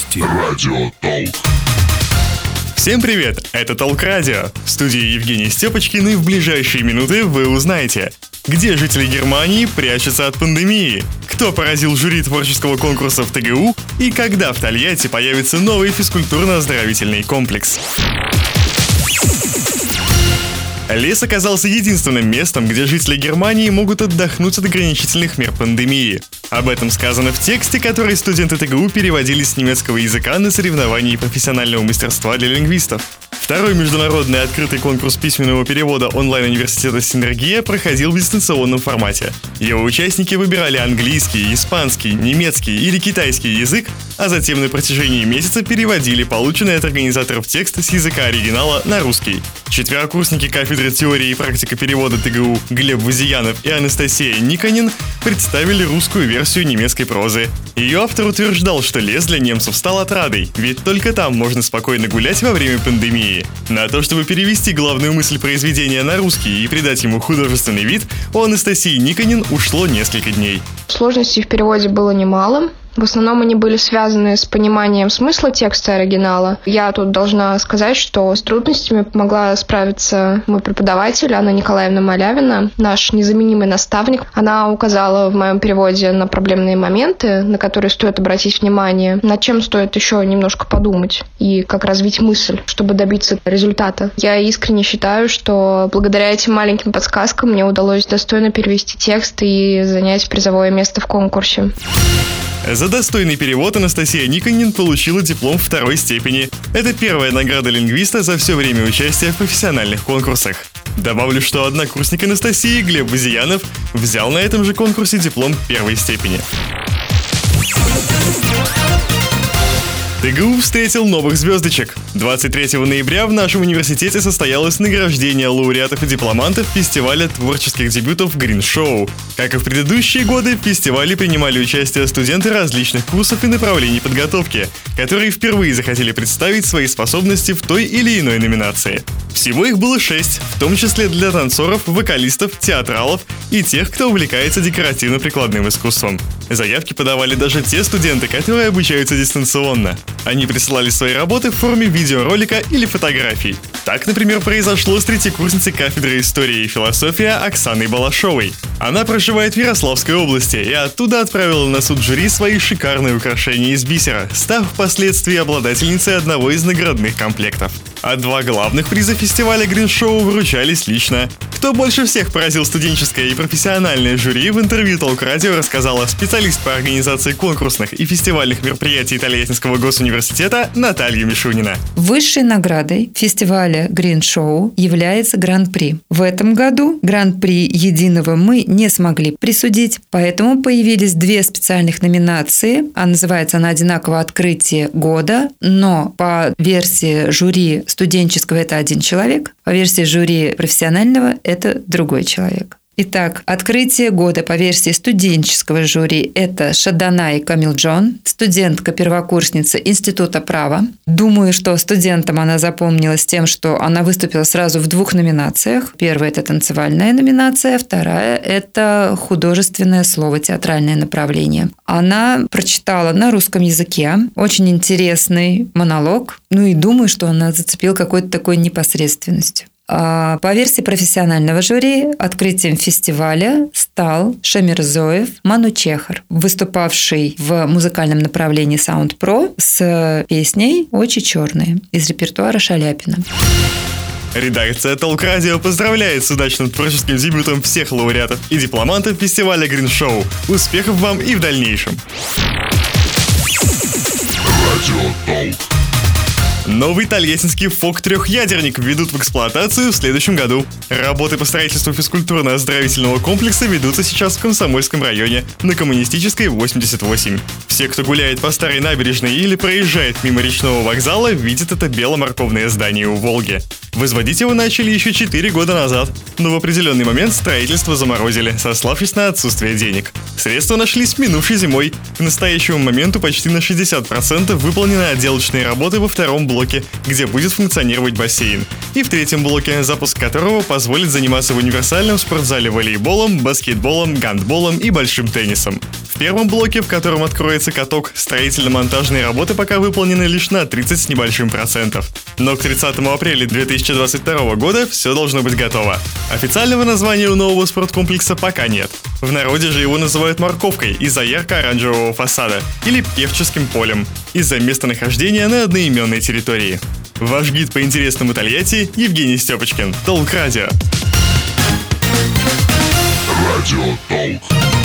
новости. Радио Толк. Всем привет, это Толк Радио. В студии Евгений Степочкин, и в ближайшие минуты вы узнаете, где жители Германии прячутся от пандемии, кто поразил жюри творческого конкурса в ТГУ и когда в Тольятти появится новый физкультурно-оздоровительный комплекс. Лес оказался единственным местом, где жители Германии могут отдохнуть от ограничительных мер пандемии. Об этом сказано в тексте, который студенты ТГУ переводили с немецкого языка на соревновании профессионального мастерства для лингвистов. Второй международный открытый конкурс письменного перевода онлайн-университета «Синергия» проходил в дистанционном формате. Его участники выбирали английский, испанский, немецкий или китайский язык, а затем на протяжении месяца переводили полученный от организаторов текст с языка оригинала на русский. Четверокурсники кафедры теории и практики перевода ТГУ Глеб Вазиянов и Анастасия Никонин представили русскую версию немецкой прозы. Ее автор утверждал, что лес для немцев стал отрадой, ведь только там можно спокойно гулять во время пандемии. На то, чтобы перевести главную мысль произведения на русский и придать ему художественный вид, у Анастасии Никонин ушло несколько дней. Сложностей в переводе было немало. В основном они были связаны с пониманием смысла текста оригинала. Я тут должна сказать, что с трудностями помогла справиться мой преподаватель Анна Николаевна Малявина, наш незаменимый наставник. Она указала в моем переводе на проблемные моменты, на которые стоит обратить внимание, над чем стоит еще немножко подумать и как развить мысль, чтобы добиться результата. Я искренне считаю, что благодаря этим маленьким подсказкам мне удалось достойно перевести текст и занять призовое место в конкурсе. За достойный перевод Анастасия Никонин получила диплом второй степени. Это первая награда лингвиста за все время участия в профессиональных конкурсах. Добавлю, что однокурсник Анастасии Глеб Вазиянов взял на этом же конкурсе диплом первой степени. ТГУ встретил новых звездочек. 23 ноября в нашем университете состоялось награждение лауреатов и дипломантов фестиваля творческих дебютов Green Show. Как и в предыдущие годы, в фестивале принимали участие студенты различных курсов и направлений подготовки, которые впервые захотели представить свои способности в той или иной номинации. Всего их было 6, в том числе для танцоров, вокалистов, театралов и тех, кто увлекается декоративно-прикладным искусством. Заявки подавали даже те студенты, которые обучаются дистанционно. Они присылали свои работы в форме видеоролика или фотографий. Так, например, произошло с третьекурсницей кафедры истории и философии Оксаной Балашовой. Она проживает в Ярославской области и оттуда отправила на суд жюри свои шикарные украшения из бисера, став впоследствии обладательницей одного из наградных комплектов. А 2 главных приза фестиваля Green Show вручались лично. Кто больше всех поразил студенческое и профессиональное жюри, в интервью Толк Радио рассказала специалист по организации конкурсных и фестивальных мероприятий Тольяттинского госуниверситета Наталья Мишунина. Высшей наградой фестиваля Green Show является Гран-при. В этом году Гран-при единого мы не смогли присудить, поэтому появились 2 специальных номинации. Называется она одинаково «Открытие года», но по версии жюри студенческого это 1 человек, по версии жюри профессионального это другой человек. Итак, открытие года по версии студенческого жюри – это Шаданай Камилджон, студентка-первокурсница Института права. Думаю, что студентам она запомнилась тем, что она выступила сразу в 2 номинациях. Первая – это танцевальная номинация, вторая – это художественное слово, театральное направление. Она прочитала на русском языке очень интересный монолог, и думаю, что она зацепила какой-то такой непосредственностью. По версии профессионального жюри открытием фестиваля стал Шамирзоев Манучехар, выступавший в музыкальном направлении Sound Pro с песней «Очи черные» из репертуара Шаляпина. Редакция Толк Радио поздравляет с удачным творческим дебютом всех лауреатов и дипломантов фестиваля Green Show. Успехов вам и в дальнейшем. Радио Толк. Новый тольяттинский ФОК-3-ядерник введут в эксплуатацию в следующем году. Работы по строительству физкультурно-оздоровительного комплекса ведутся сейчас в Комсомольском районе, на Коммунистической 88. Все, кто гуляет по старой набережной или проезжает мимо речного вокзала, видят это бело-морковное здание у Волги. Возводить его начали еще 4 года назад, но в определенный момент строительство заморозили, сославшись на отсутствие денег. Средства нашлись минувшей зимой. К настоящему моменту почти на 60% выполнены отделочные работы во втором блоке, где будет функционировать бассейн. И в третьем блоке, запуск которого позволит заниматься в универсальном спортзале волейболом, баскетболом, гандболом и большим теннисом. В первом блоке, в котором откроется каток, строительно-монтажные работы пока выполнены лишь на 30 с небольшим %. Но к 30 апреля 2022 года все должно быть готово. Официального названия у нового спорткомплекса пока нет. В народе же его называют морковкой из-за ярко-оранжевого фасада или певческим полем из-за местонахождения на одноименной территории. Ваш гид по интересному Тольятти Евгений Степочкин. Толк Радио. Радио Толк.